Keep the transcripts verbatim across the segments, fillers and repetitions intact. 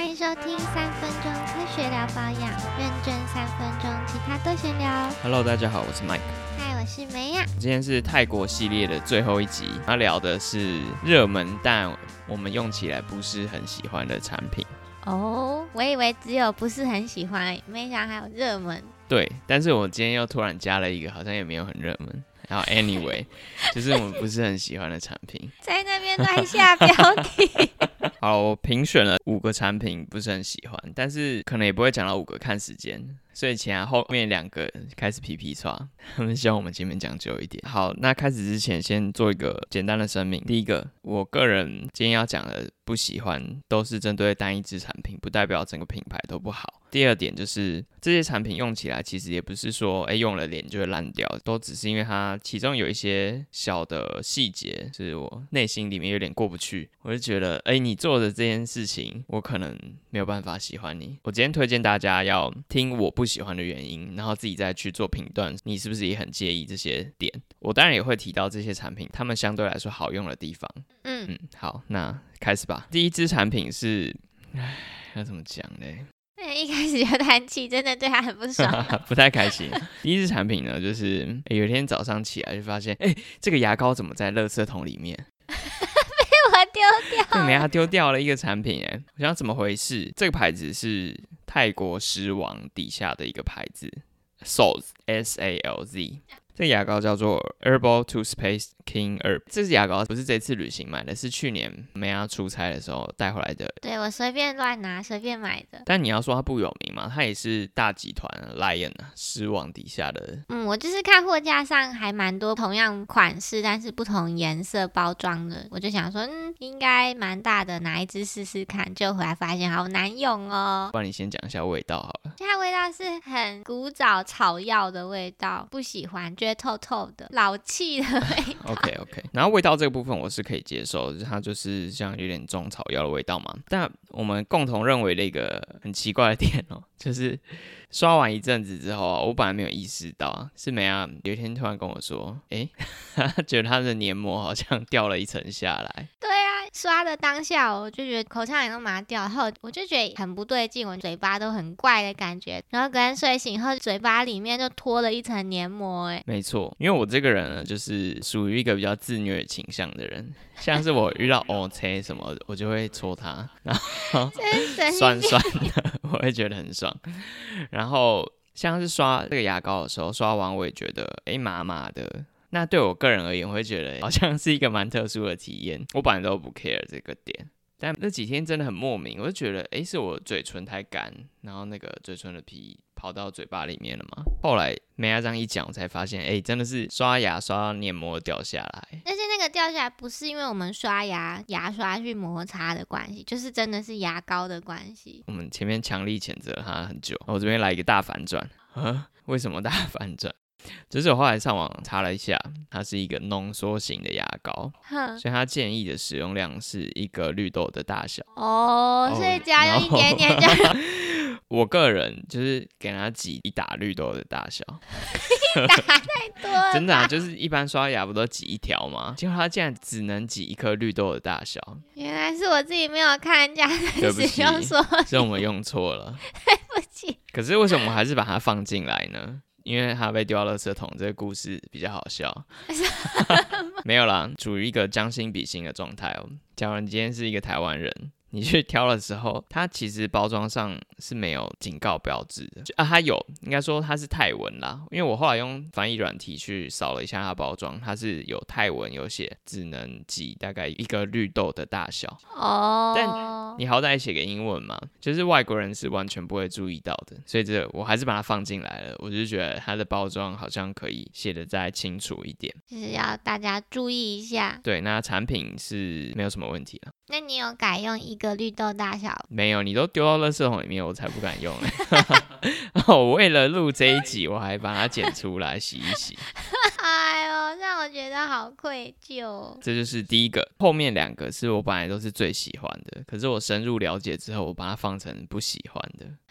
迎收听三分钟科学聊保养，认真三分钟，其他都闲聊。 Hello， 大家好，我是 Mike。 嗨，我是梅亚。 今天是泰国系列的最后一集，要聊的是热门但我们用起来不是很喜欢的产品。 哦，我以为只有不是很喜欢，没想到还有热门。 对，但是我今天又突然加了一个好像也没有很热门，然后 anyway 就是我们不是很喜欢的产品。 在那边乱下标题。 好，我评选了五个产品不是很喜欢，但是可能也不会讲到五个，看时间，所以其他后面两个开始皮皮唰，他们希望我们前面讲久一点。好，那开始之前先做一个简单的声明。第一个，我个人今天要讲的不喜欢都是针对单一支产品，不代表整个品牌都不好。第二点就是这些产品用起来其实也不是说哎用了脸就会烂掉，都只是因为它其中有一些小的细节是我内心里面有点过不去，我就觉得哎你做的这件事情我可能没有办法喜欢你。我今天推荐大家要听我不喜欢的原因，然后自己再去做评断，你是不是也很介意这些点。我当然也会提到这些产品他们相对来说好用的地方。嗯嗯，好，那开始吧。第一支产品是，唉，要怎么讲呢？ 一开始就叹气，真的对他很不爽。 不太开心。第一支产品呢，就是、欸、有一天早上起来就发现，哎、欸，这个牙膏怎么在垃圾桶里面？ 被我丢掉了。 对，没他丢掉了一个产品，哎，我想怎么回事？这个牌子是泰国狮王底下的一个牌子 ，Salz S A L Z。这个牙膏叫做 Herbal Toothpaste King Herb。这支牙膏不是这次旅行买的，是去年梅亚出差的时候带回来的。 对，我随便乱拿，随便买的。 但你要说它不有名嘛，它也是大集团 Lion 啊，狮王底下的。 嗯，我就是看货架上还蛮多同样款式，但是不同颜色包装的，我就想说，嗯，应该蛮大的，拿一支试试看。就回来发现好难用哦。 不然你先讲一下味道好了。 它味道是很古早草药的味道，不喜欢，觉得透透的老气的味道。 OK OK， 然后味道这个部分我是可以接受，它就是像有点中草药的味道嘛。但我们共同认为的一个很奇怪的点哦，就是刷完一阵子之后啊，我本来没有意识到，是梅亚有一天突然跟我说，哎，他觉得他的黏膜好像掉了一层下来。 对啊，刷的当下我就觉得口腔也都麻掉，然后我就觉得很不对劲，我嘴巴都很怪的感觉，然后隔天睡醒后嘴巴里面就脱了一层黏膜。哎，没错，因为我这个人呢，就是属于一个比较自虐倾向的人，像是我遇到 OK 什么，我就会戳它，然后酸酸的，我会觉得很爽。然后像是刷这个牙膏的时候，刷完我也觉得哎麻麻的。那对我个人而言，我会觉得好像是一个蛮特殊的体验。我本来都不 care 这个点，但那几天真的很莫名，我就觉得哎是我嘴唇太干，然后那个嘴唇的皮跑到嘴巴里面了嘛。后来梅亚这样一讲，我才发现哎真的是刷牙刷到黏膜掉下来。 但是那个掉下来不是因为我们刷牙牙刷去摩擦的关系，就是真的是牙膏的关系。 我们前面强力谴责他很久，我这边来一个大反转。啊，为什么大反转？就是我后来上网查了一下，它是一个浓缩型的牙膏，所以它建议的使用量是一个绿豆的大小。 哦，所以只要用一点点就。 我个人就是给它挤一打绿豆的大小。 打太多了。 真的啊，就是一般刷牙不都挤一条吗？结果它竟然只能挤一颗绿豆的大小。 原来是我自己没有看人家的使用说明， 是我们用错了。 对不起。 可是为什么我还是把它放进来呢？因为他被丢到垃圾桶，这个故事比较好笑。没有啦，处于一个将心比心的状态哦。假如你今天是一个台湾人，你去挑的时候，它其实包装上是没有警告标志的啊，它有，应该说它是泰文啦。因为我后来用翻译软体去扫了一下它包装，它是有泰文，有写只能挤大概一个绿豆的大小哦。但你好歹写个英文嘛，就是外国人是完全不会注意到的，所以这我还是把它放进来了。我就觉得它的包装好像可以写得再清楚一点， 就是要大家注意一下。 对，那产品是没有什么问题了。 那你有改用一个绿豆大小？ 没有，你都丢到垃圾桶里面，我才不敢用我为了录这一集，我还把它剪出来洗一洗。 哎呦，让我觉得好愧疚。 这就是第一个，后面两个是我本来都是最喜欢的，可是我深入了解之后，我把它放成不喜欢的。 哈？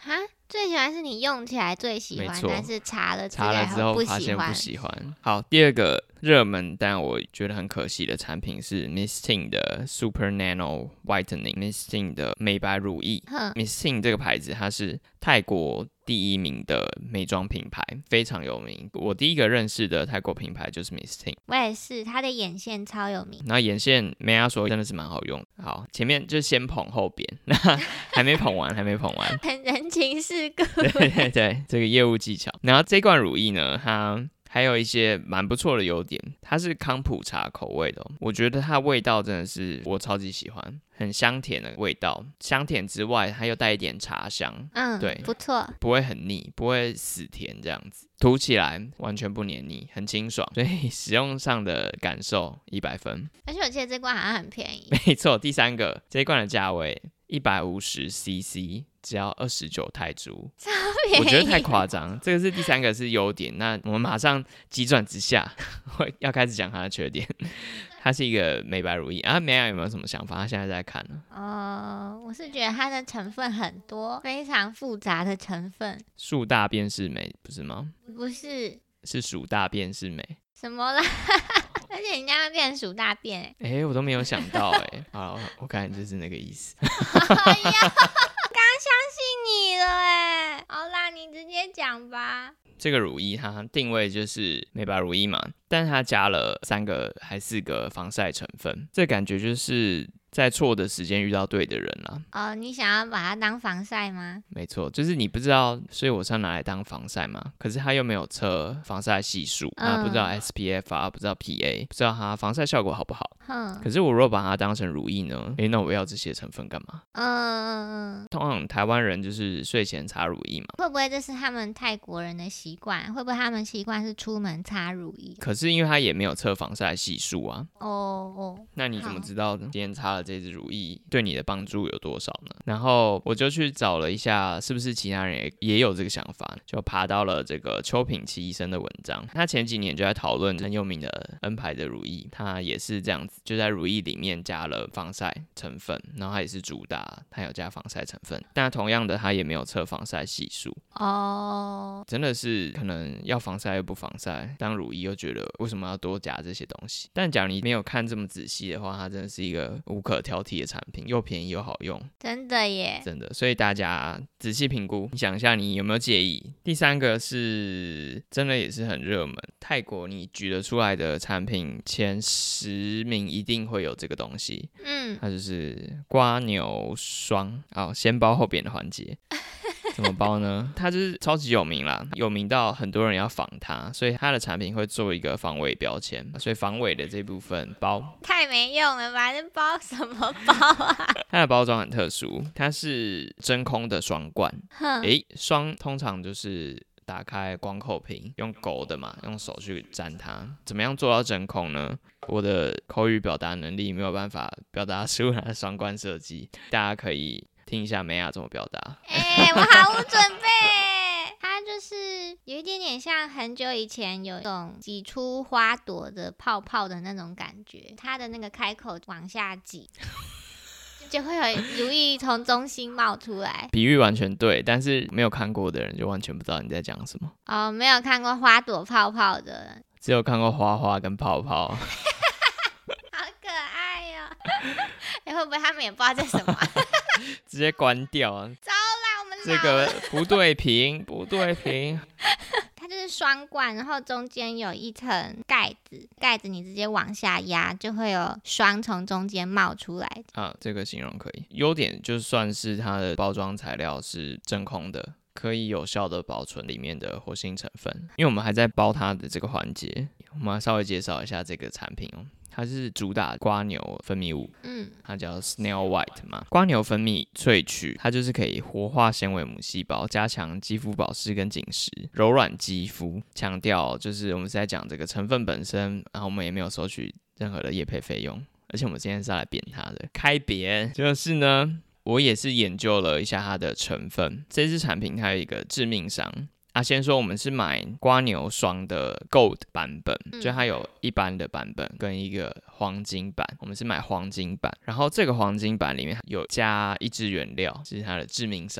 最喜欢是你用起来最喜欢，但是查了查了之后不发现喜欢不喜欢。好，第二个热门但我觉得很可惜的产品是 Mistine 的 Super Nano Whitening， Mistine 的美白乳液。Mistine 这个牌子它是泰国第一名的美妆品牌，非常有名。我第一个认识的泰国品牌就是 Mistine， 我也是，它的眼线超有名。 然后眼线梅亚说真的是蛮好用。好，前面就先捧后扁，那还没捧完，还没捧完， 很人情世故。 对对对，这个业务技巧。然后这罐乳液呢，它还有一些蛮不错的优点，它是康普茶口味的、哦，我觉得它的味道真的是我超级喜欢，很香甜的味道，香甜之外还有带一点茶香， 嗯， 对， 不错， 不会很腻，不会死甜这样子，涂起来完全不黏腻，很清爽，所以使用上的感受一百分。 而且我记得这罐好像很便宜， 没错，第三个这一罐的价位一百五十 C C。只要二十九泰铢， 超便宜， 我觉得太夸张。这个是第三个是优点，那我们马上急转直下，会要开始讲它的缺点。它是一个美白乳液啊，美雅有没有什么想法？他现在在看呢。 哦，我是觉得它的成分很多，非常复杂的成分。 树大便是美，不是吗？ 不是，是鼠大便是美。 什么啦？而且人家会变成鼠大便哎、 欸，哎、欸，我都没有想到哎、欸。好，我看就是那个意思。 哎呀，刚相信你了哎、欸。好啦，你直接讲吧。 这个乳液它定位就是美白乳液嘛，但是它加了三个还四个防晒成分，这感觉就是在错的时间遇到对的人啦。 哦，你想要把它当防晒吗？ 没错，就是你不知道，所以我是要拿来当防晒嘛。可是它又没有测防晒系数，啊、嗯，不知道 S P F 啊，不知道 P A， 不知道它防晒效果好不好。嗯。可是我如果把它当成乳液呢？诶，那我要这些成分干嘛？嗯嗯嗯。通常台湾人就是睡前擦乳液嘛。 会不会这是他们泰国人的习惯？会不会他们习惯是出门擦乳液？ 可是因为它也没有测防晒系数啊。 哦哦。 那你怎么知道今天擦了这支乳液对你的帮助有多少呢？然后我就去找了一下，是不是其他人 也, 也有这个想法，就爬到了这个邱品琪医生的文章。他前几年就在讨论很有名的 N 牌的乳液，他也是这样子，就在乳液里面加了防晒成分，然后他也是主打他有加防晒成分，但同样的他也没有测防晒系数。哦，真的是可能要防晒又不防晒，当乳液又觉得为什么要多加这些东西？但假如你没有看这么仔细的话，它真的是一个无可挑剔的产品，又便宜又好用， 真的耶， 真的。所以大家仔细评估，你想一下你有没有介意。第三个是真的也是很热门，泰国你举得出来的产品前十名一定会有这个东西，嗯，它就是瓜牛霜。好，先包后扁的环节。怎么包呢？它就是超级有名啦，有名到很多人要仿它，所以它的产品会做一个防伪标签，所以防伪的这部分包太没用了吧？这包什么包啊？ 它的包装很特殊，它是真空的双罐。诶，双通常就是打开光扣瓶，用勾的嘛，用手去沾它。怎么样做到真空呢？我的口语表达能力没有办法表达出来的双罐设计，大家可以听一下美雅怎么表达。 哎、欸，我毫无准备。它就是有一点点像很久以前有一种挤出花朵的泡泡的那种感觉，它的那个开口往下挤，就会有乳液从中心冒出来。 比喻完全对，但是没有看过的人就完全不知道你在讲什么。 哦，没有看过花朵泡泡的， 只有看过花花跟泡泡。 好可爱哦、喔！哎、欸，会不会他们也不知道这是什么、啊？ 直接关掉啊！ 糟啦，我们这个不对平，不对平。 它就是双罐，然后中间有一层盖子，盖子你直接往下压，就会有霜从中间冒出来。 啊，这个形容可以。优点就算是它的包装材料是真空的，可以有效的保存里面的活性成分。因为我们还在包它的这个环节，我们要稍微介绍一下这个产品哦。它是主打瓜牛分泌物，嗯，它叫 Snail White 嘛。瓜牛分泌萃取，它就是可以活化纤维母细胞，加强肌肤保湿跟紧实，柔软肌肤。强调就是我们是在讲这个成分本身，然后我们也没有收取任何的业配费用，而且我们今天是来扁它的。开扁就是呢，我也是研究了一下它的成分，这支产品它有一个致命伤。啊，先说我们是买瓜牛霜的 Gold 版本，嗯、就它有一般的版本跟一个黄金版，我们是买黄金版。然后这个黄金版里面有加一支原料，这是它的致命伤。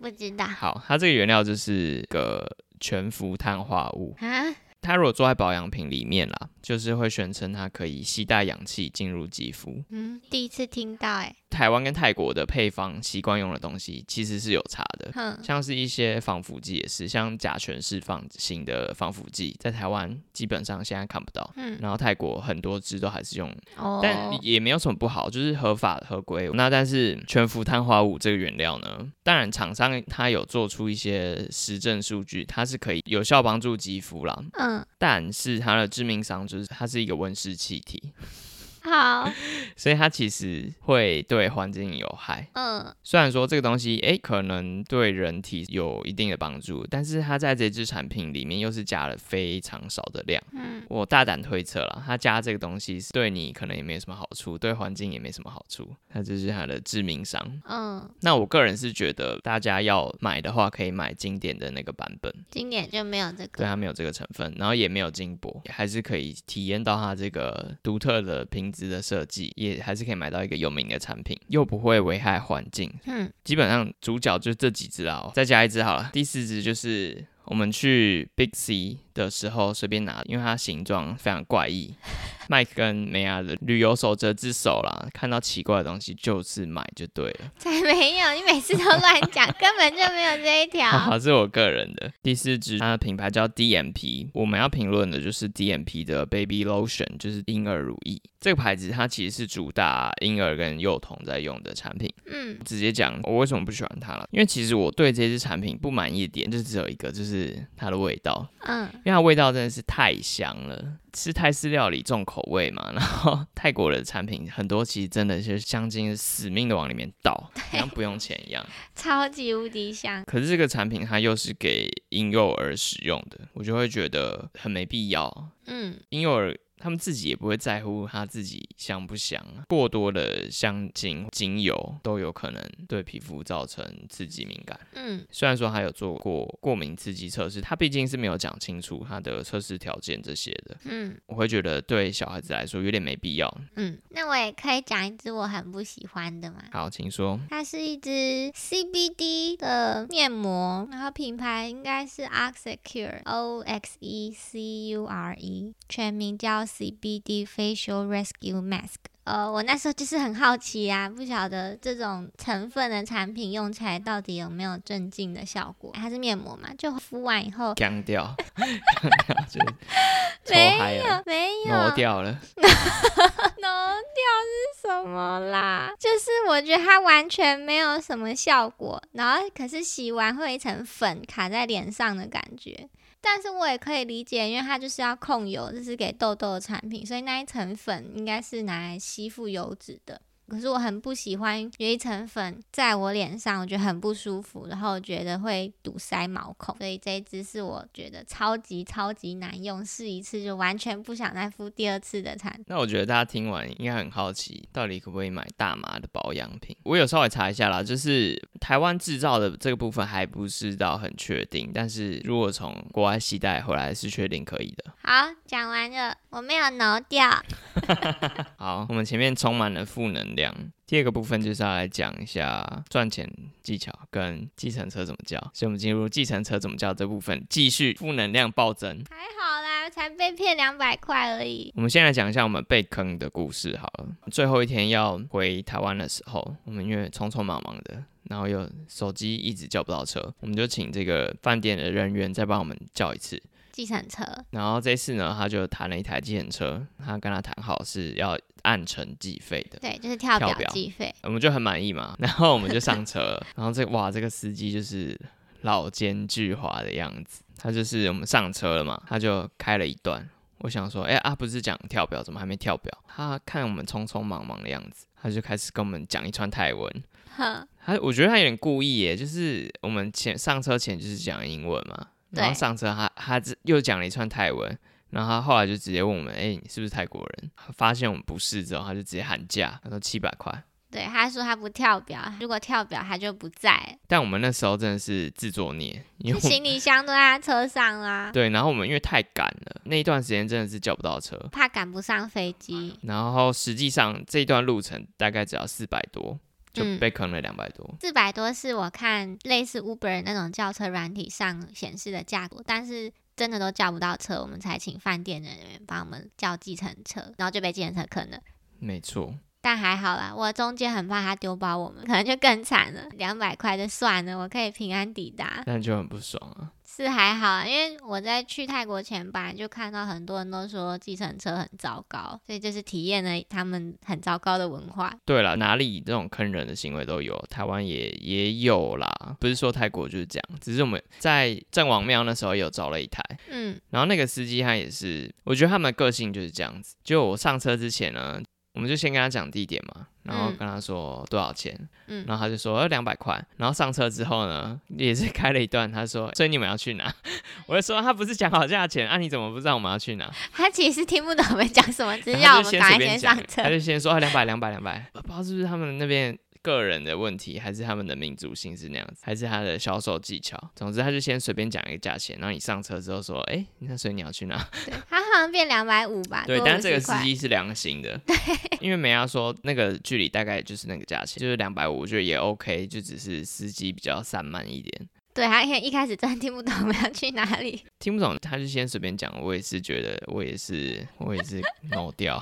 不知道。 好，它这个原料就是个全氟碳化物啊。 它如果做在保养品里面啦，就是会宣称它可以携带氧气进入肌肤。 嗯，第一次听到哎。 台湾跟泰国的配方习惯用的东西其实是有差的， 嗯，像是一些防腐剂也是，像甲醛释放型的防腐剂，在台湾基本上现在看不到。嗯，然后泰国很多支都还是用，哦、但也没有什么不好，就是合法合规。那但是全氟碳化物这个原料呢，当然厂商它有做出一些实证数据，它是可以有效帮助肌肤啦。嗯，但是它的致命伤就是它是一个温室气体。好，所以它其实会对环境有害。嗯，虽然说这个东西，哎，可能对人体有一定的帮助，但是它在这支产品里面又是加了非常少的量。嗯，我大胆推测啦，它加这个东西对你可能也没什么好处，对环境也没什么好处，它就是它的致命伤。嗯，那我个人是觉得大家要买的话，可以买经典的那个版本。 经典就没有这个， 对，它没有这个成分，然后也没有金箔，还是可以体验到它这个独特的品质的设计，也还是可以买到一个有名的产品，又不会危害环境。嗯，基本上主角就这几支啦，再加一支好了。第四支就是我们去 Big C 的时候随便拿，因为它形状非常怪异。Mike 跟梅亚的旅游守则之首啦，看到奇怪的东西就是买就对了。 才没有，你每次都乱讲，根本就没有这一条。 好，是我个人的。第四支，它的品牌叫 D M P， 我们要评论的就是 D M P 的 Baby Lotion， 就是婴儿乳液。这个牌子它其实是主打婴儿跟幼童在用的产品。嗯，直接讲我为什么不喜欢它了，因为其实我对这支产品不满意的点就只有一个，就是它的味道。嗯，因为它味道真的是太香了。吃泰式料理重口味嘛，然后泰国的产品很多其实真的是香精死命的往里面倒，像不用钱一样， 超级无敌香。 可是这个产品它又是给婴幼儿使用的，我就会觉得很没必要。嗯，婴幼儿他们自己也不会在乎他自己香不香，过多的香精、精油都有可能对皮肤造成刺激敏感。嗯，虽然说他有做过过敏刺激测试，他毕竟是没有讲清楚他的测试条件这些的。嗯，我会觉得对小孩子来说有点没必要。 嗯，那我也可以讲一支我很不喜欢的嘛。 好，请说。 它是一支 C B D 的面膜，然后品牌应该是 Oxecure O X E C U R E， 全名叫C B D Facial Rescue Mask。呃，我那时候就是很好奇啊，不晓得这种成分的产品用起来到底有没有镇静的效果。它是面膜嘛，就敷完以后干掉，干掉就是抽嗨了， 没有， 挪掉了， 挪掉是什么啦？就是我觉得它完全没有什么效果，然后可是洗完会有一层粉卡在脸上的感觉。但是我也可以理解，因为它就是要控油，这是给痘痘的产品，所以那一层粉应该是拿来吸附油脂的。可是我很不喜欢有一层粉在我脸上，我觉得很不舒服，然后我觉得会堵塞毛孔，所以这一支是我觉得超级超级难用，试一次就完全不想再敷第二次的产品。 那我觉得大家听完应该很好奇，到底可不可以买大麻的保养品？我有稍微查一下啦，就是台湾制造的这个部分还不是到很确定，但是如果从国外携带回来是确定可以的。 好，讲完了，我没有挪掉。 好，我们前面充满了负能量。第二个部分就是要来讲一下赚钱技巧跟计程车怎么叫，所以我们进入计程车怎么叫这部分，继续负能量暴增。 还好啦，才被骗两百块而已。 我们先来讲一下我们被坑的故事好了。最后一天要回台湾的时候，我们因为匆匆忙忙的，然后又手机一直叫不到车，我们就请这个饭店的人员再帮我们叫一次计程车。 然后这次呢，他就谈了一台计程车，他跟他谈好是要按程计费的， 对，就是跳表计费， 我们就很满意嘛。然后我们就上车了，然后这哇，这个司机就是老奸巨猾的样子。他就是我们上车了嘛，他就开了一段。我想说，哎、欸、啊，不是讲跳表，怎么还没跳表？他看我们匆匆忙忙的样子，他就开始跟我们讲一串泰文。他我觉得他有点故意耶，就是我们前上车前就是讲英文嘛。然后上车他他又讲了一串泰文，然后他后来就直接问我们，哎、欸，你是不是泰国人？发现我们不是之后，他就直接喊价，他说七百块。 对，他说他不跳表，如果跳表他就不在。 但我们那时候真的是自作孽，因为行李箱都在他车上啦。 对，然后我们因为太赶了，那一段时间真的是叫不到车， 怕赶不上飞机。 然后实际上这一段路程大概只要四百多。 就被坑了两百多。 四百多是我看类似 Uber 那种轿车软体上显示的价格，但是真的都叫不到车，我们才请饭店的人员帮我们叫计程车，然后就被计程车坑了。 没错。 但还好啦，我中间很怕他丢包我们，可能就更惨了。两百块就算了，我可以平安抵达， 但就很不爽啊。 是还好啊，因为我在去泰国前本来就看到很多人都说计程车很糟糕，所以就是体验了他们很糟糕的文化。 对啦，哪里这种坑人的行为都有，台湾也也有啦，不是说泰国就是这样，只是我们在郑王庙那时候也有找了一台，嗯，然后那个司机他也是，我觉得他们的个性就是这样子，就我上车之前呢，我们就先跟他讲地点嘛，然后跟他说多少钱，嗯，然后他就说两百块，然后上车之后呢，也是开了一段，他说，所以你们要去哪？我就说他不是讲好价钱啊，你怎么不知道我们要去哪？ 他其实听不懂我们讲什么，只是要我们赶快先上车， 他就先说啊两百两百两百，不知道是不是他们那边个人的问题，还是他们的民族性是那样子，还是他的销售技巧。总之，他就先随便讲一个价钱，然后你上车之后说，哎、欸，那所以你要去哪？ 对，他好像变两百五吧。 对，但是这个司机是良心的，对，因为美亚说那个距离大概就是那个价钱，就是两百五，我觉得也 OK， 就只是司机比较散漫一点。 对，他一开始真的听不懂我们要去哪里， 听不懂，他就先随便讲。我也是觉得，我也是，我也是 no 掉，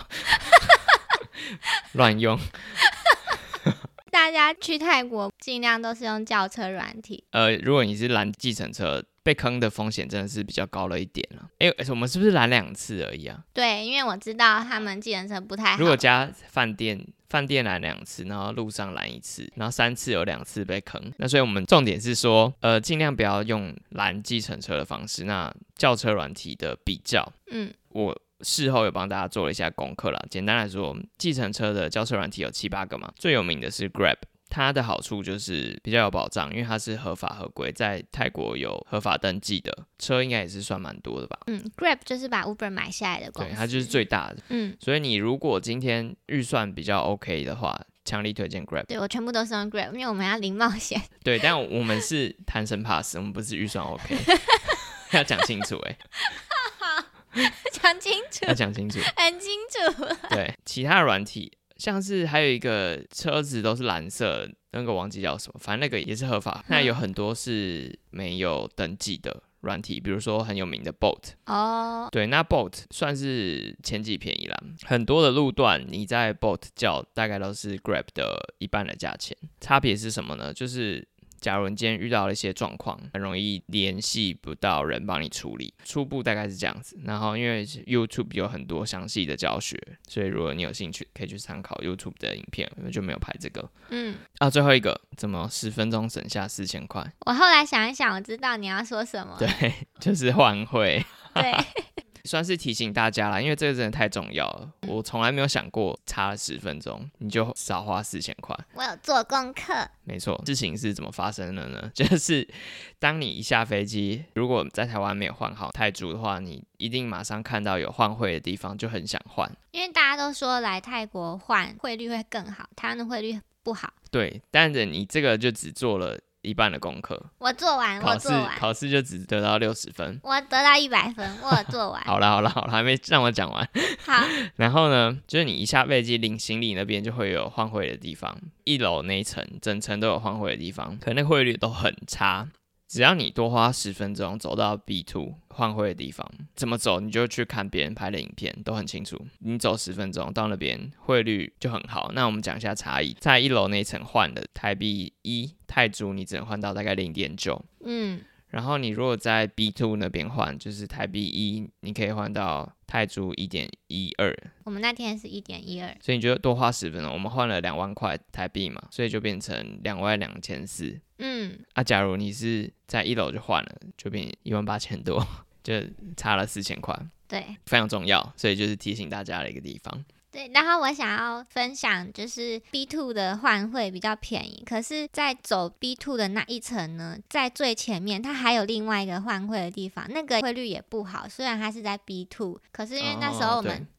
乱用。 大家去泰国尽量都是用轿车软体。 呃，如果你是拦计程车，被坑的风险真的是比较高了一点了。哎、欸，我们是不是拦两次而已啊？ 对，因为我知道他们计程车不太好。 如果加饭店，饭店拦两次，然后路上拦一次，然后三次有两次被坑。那所以我们重点是说，呃，尽量不要用拦计程车的方式。那轿车软体的比较，嗯，我事后有帮大家做了一下功课啦。简单来说，计程车的轿车软体有七八个嘛，最有名的是 Grab。它的好处就是比较有保障，因为它是合法合规，在泰国有合法登记的车，应该也是算蛮多的吧。 嗯 ，Grab 就是把 Uber 买下来的公司， 对，它就是最大的。嗯，所以你如果今天预算比较 OK 的话，强力推荐 Grab。 对，我全部都是用 Grab， 因为我们要零冒险。 对，但我们是贪生怕死，我们不是预算 OK， 要讲清楚哎、 欸。讲清楚， 要讲清楚， 很清楚。 对，其他的软体。像是还有一个车子都是蓝色，那个忘记叫什么，反正那个也是合法。那有很多是没有登记的软体，比如说很有名的 Bolt。哦，对，那 Bolt 算是前几便宜啦，很多的路段你在 Bolt 叫大概都是 Grab 的一半的价钱。差别是什么呢？就是假如你今天遇到了一些状况，很容易联系不到人帮你处理，初步大概是这样子。然后因为 YouTube 有很多详细的教学，所以如果你有兴趣，可以去参考 YouTube 的影片，因为就没有拍这个。嗯，啊，最后一个怎么十分钟省下四千块？ 我后来想一想，我知道你要说什么。 对，就是换汇。 对。 算是提醒大家啦，因为这个真的太重要了。我从来没有想过差了十分钟你就少花四千块。 我有做功课。 没错，事情是怎么发生的呢？就是当你一下飞机，如果在台湾没有换好泰铢的话，你一定马上看到有换汇的地方，就很想换。 因为大家都说来泰国换汇率会更好，台湾的汇率不好。 对，但是你这个就只做了一半的功课， 我做完， 考试我做完， 考试就只得到六十分， 我得到一百分，我有做完。 好啦好啦好啦，还没让我讲完。 好， 然后呢，就是你一下飞机领行李那边就会有换汇的地方，一楼那一层整层都有换汇的地方，可能那汇率都很差。只要你多花十分钟走到 B 二 换汇的地方，怎么走你就去看别人拍的影片，都很清楚。你走十分钟到那边汇率就很好。那我们讲一下差异，在一楼那一层换的台币一泰铢，你只能换到大概 零点九。嗯。然后你如果在 B 二 那边换，就是台币一，你可以换到泰铢 一点一二。 我们那天是 一点一二， 所以你就多花十分钟。我们换了两万块台币嘛，所以就变成两万两千四。嗯，啊，假如你是在一楼就换了，就变一万八千多，就差了四千块。 对， 非常重要，所以就是提醒大家的一个地方。 对，然后我想要分享，就是 B 二 的换汇比较便宜，可是在走 B 二 的那一层呢，在最前面它还有另外一个换汇的地方，那个汇率也不好，虽然它是在 B 二，可是因为那时候我们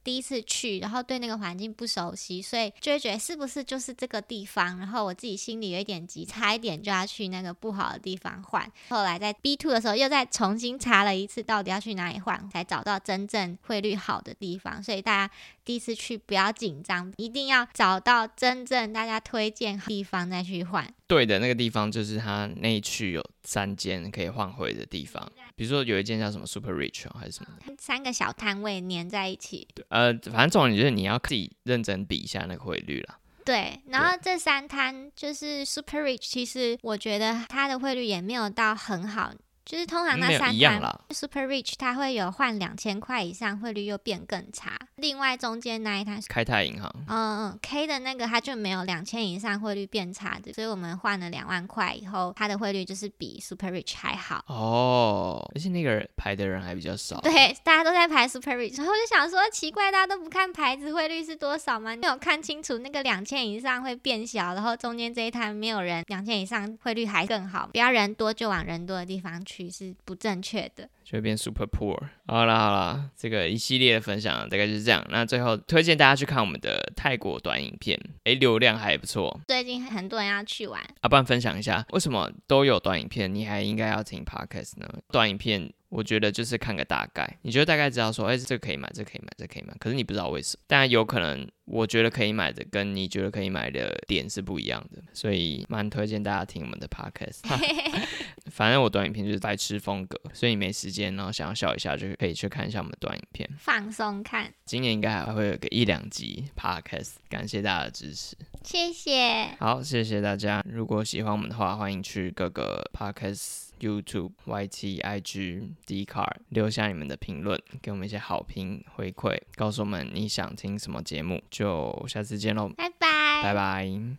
第一次去，然后对那个环境不熟悉，所以就会觉得是不是就是这个地方，然后我自己心里有一点急，差一点就要去那个不好的地方换。后来在 B 二 的时候又再重新查了一次到底要去哪里换，才找到真正汇率好的地方。所以大家第一次去不要紧张，一定要找到真正大家推荐地方再去换。 对的那个地方就是它那一区有三间可以换汇的地方，比如说有一间叫什么 Super Rich、哦、还是什么的， 三个小摊位粘在一起。 呃，反正重点就是你要自己认真比一下那个汇率啦。 对，然后这三摊就是 Super Rich， 其实我觉得它的汇率也没有到很好。就是通常那三摊 Super Rich 它会有换两千块以上汇率又变更差，另外中间那一摊开泰银行， 嗯嗯 K 的那个它就没有两千以上汇率变差的，所以我们换了两万块以后，它的汇率就是比 Super Rich 还好哦，而且那个人排的人还比较少。 对，大家都在排 Super Rich， 然后我就想说奇怪，大家都不看牌子汇率是多少吗？没有看清楚那个两千以上会变小，然后中间这一摊没有人两千以上汇率还更好，不要人多就往人多的地方去是不正确的， 就会变 super poor。 好啦好啦，这个一系列的分享大概就是这样。那最后推荐大家去看我们的泰国短影片，诶，流量还不错， 最近很多人要去玩啊，不然分享一下为什么都有短影片你还应该要听 podcast 呢？短影片我觉得就是看个大概，你就大概知道说，哎、欸，这个可以买，这个可以买，这个可以买，可是你不知道为什么。但有可能我觉得可以买的跟你觉得可以买的点是不一样的，所以蛮推荐大家听我们的 podcast。反正我短影片就是白痴风格，所以你没时间然后想要笑一下，就可以去看一下我们的短影片， 放松看。 今年应该还会有个一两集 podcast， 感谢大家的支持， 谢谢。 好，谢谢大家。如果喜欢我们的话，欢迎去各个 podcast、YouTube、Y T、I G、Dcard 留下你们的评论，给我们一些好评回馈，告诉我们你想听什么节目。就下次见喽， 拜拜， 拜拜。